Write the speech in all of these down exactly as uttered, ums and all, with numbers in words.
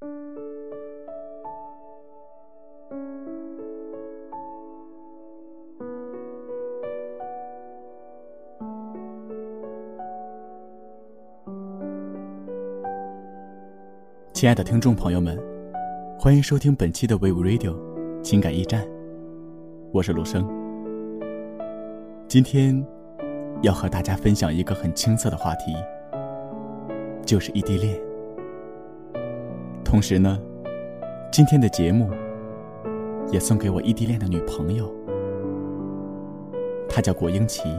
亲爱的听众朋友们，欢迎收听本期的 Wave Radio 情感驿站，我是陆生。今天要和大家分享一个很青涩的话题，就是异地恋。同时呢，今天的节目也送给我异地恋的女朋友，她叫郭英琪。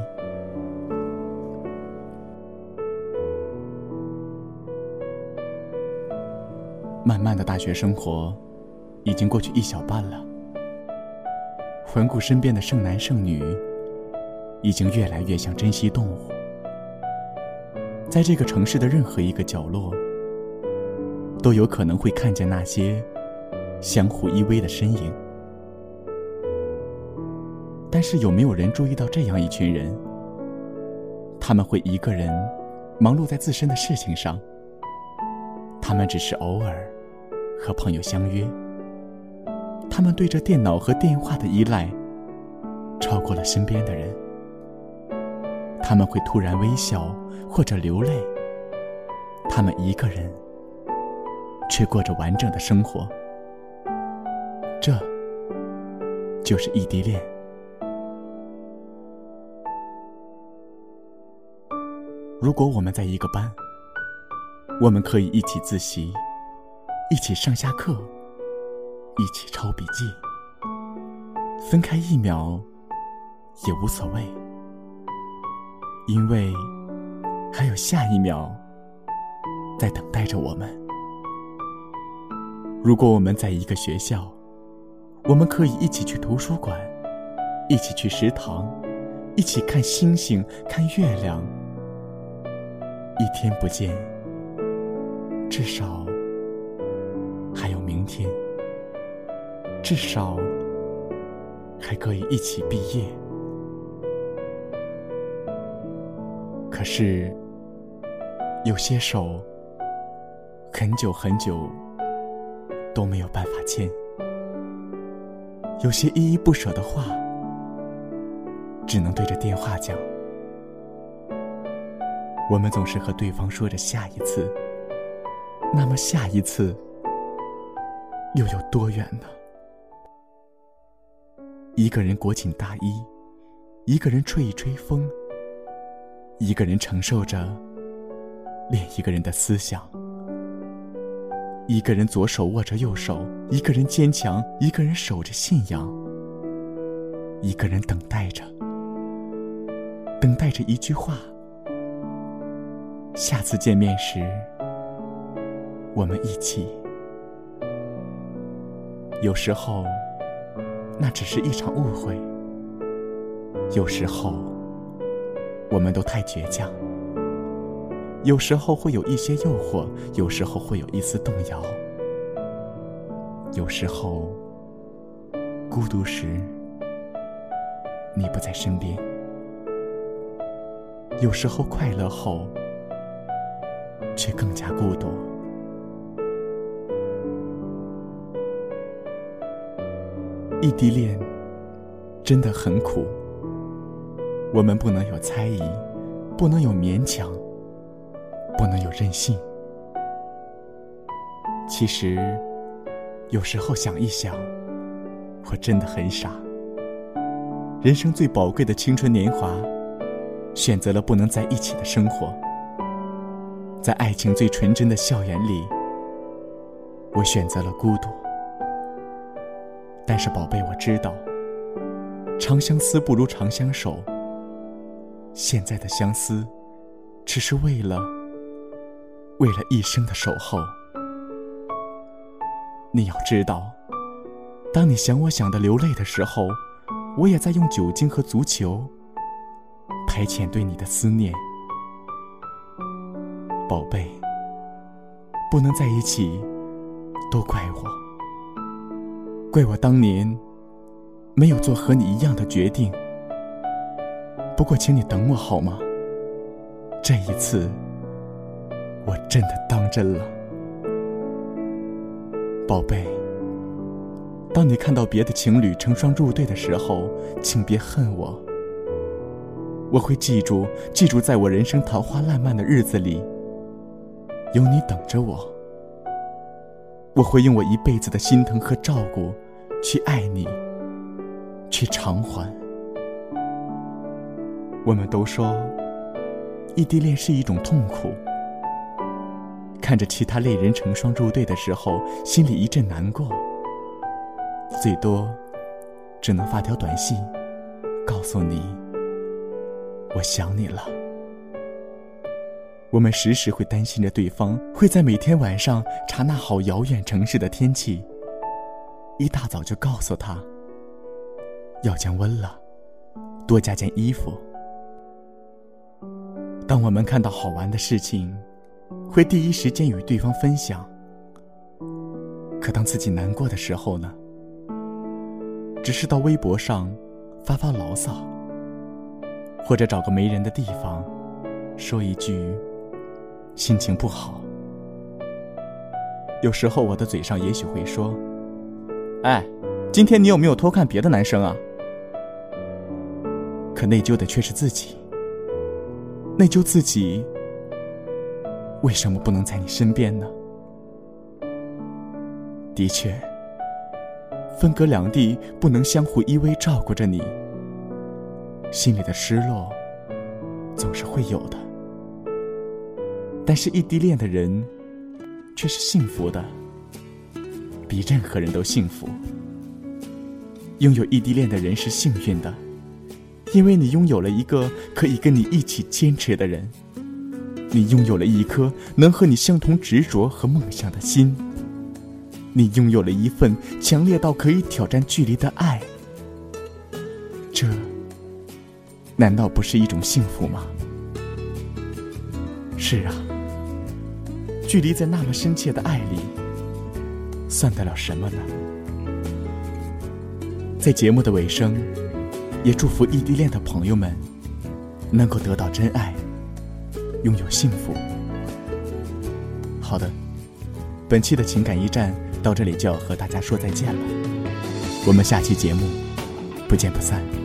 漫漫的大学生活已经过去一小半了，环顾身边的剩男剩女，已经越来越像珍稀动物。在这个城市的任何一个角落，都有可能会看见那些相互依偎的身影。但是有没有人注意到这样一群人？他们会一个人忙碌在自身的事情上，他们只是偶尔和朋友相约，他们对着电脑和电话的依赖超过了身边的人，他们会突然微笑或者流泪，他们一个人却过着完整的生活。这就是异地恋。如果我们在一个班，我们可以一起自习，一起上下课，一起抄笔记，分开一秒也无所谓，因为还有下一秒在等待着我们。如果我们在一个学校，我们可以一起去图书馆，一起去食堂，一起看星星，看月亮。一天不见，至少还有明天，至少还可以一起毕业。可是有些手很久很久都没有办法牵，有些依依不舍的话只能对着电话讲。我们总是和对方说着下一次，那么下一次又有多远呢？一个人裹紧大衣，一个人吹一吹风，一个人承受着另一个人的思想，一个人左手握着右手，一个人坚强，一个人守着信仰，一个人等待着，等待着一句话。下次见面时，我们一起。有时候那只是一场误会，有时候我们都太倔强，有时候会有一些诱惑，有时候会有一丝动摇，有时候孤独时你不在身边，有时候快乐后却更加孤独。异地恋真的很苦，我们不能有猜疑，不能有勉强，不能有任性。其实有时候想一想，我真的很傻。人生最宝贵的青春年华，选择了不能在一起的生活。在爱情最纯真的校园里，我选择了孤独。但是宝贝，我知道长相思不如长相守，现在的相思只是为了为了一生的守候。你要知道，当你想我想的流泪的时候，我也在用酒精和足球排遣对你的思念。宝贝，不能在一起都怪我，怪我当年没有做和你一样的决定。不过请你等我好吗？这一次我真的当真了。 宝贝，当你看到别的情侣成双入对的时候，请别恨我。我会记住，记住在我人生桃花烂漫的日子里，有你等着我。我会用我一辈子的心疼和照顾，去爱你，去偿还。我们都说，异地恋是一种痛苦。看着其他恋人成双入对的时候，心里一阵难过，最多只能发条短信，告诉你，我想你了。我们时时会担心着对方会在每天晚上查那好遥远城市的天气，一大早就告诉他，要降温了，多加件衣服。当我们看到好玩的事情，会第一时间与对方分享。可当自己难过的时候呢，只是到微博上发发牢骚，或者找个没人的地方说一句心情不好。有时候我的嘴上也许会说，哎，今天你有没有偷看别的男生啊？可内疚的却是自己，内疚自己为什么不能在你身边呢？的确，分隔两地，不能相互依偎照顾着你，心里的失落总是会有的。但是异地恋的人却是幸福的，比任何人都幸福。拥有异地恋的人是幸运的，因为你拥有了一个可以跟你一起坚持的人，你拥有了一颗能和你相同执着和梦想的心，你拥有了一份强烈到可以挑战距离的爱。这难道不是一种幸福吗？是啊，距离在那么深切的爱里，算得了什么呢？在节目的尾声，也祝福异地恋的朋友们能够得到真爱，拥有幸福。好的，本期的情感驿站到这里就要和大家说再见了，我们下期节目不见不散。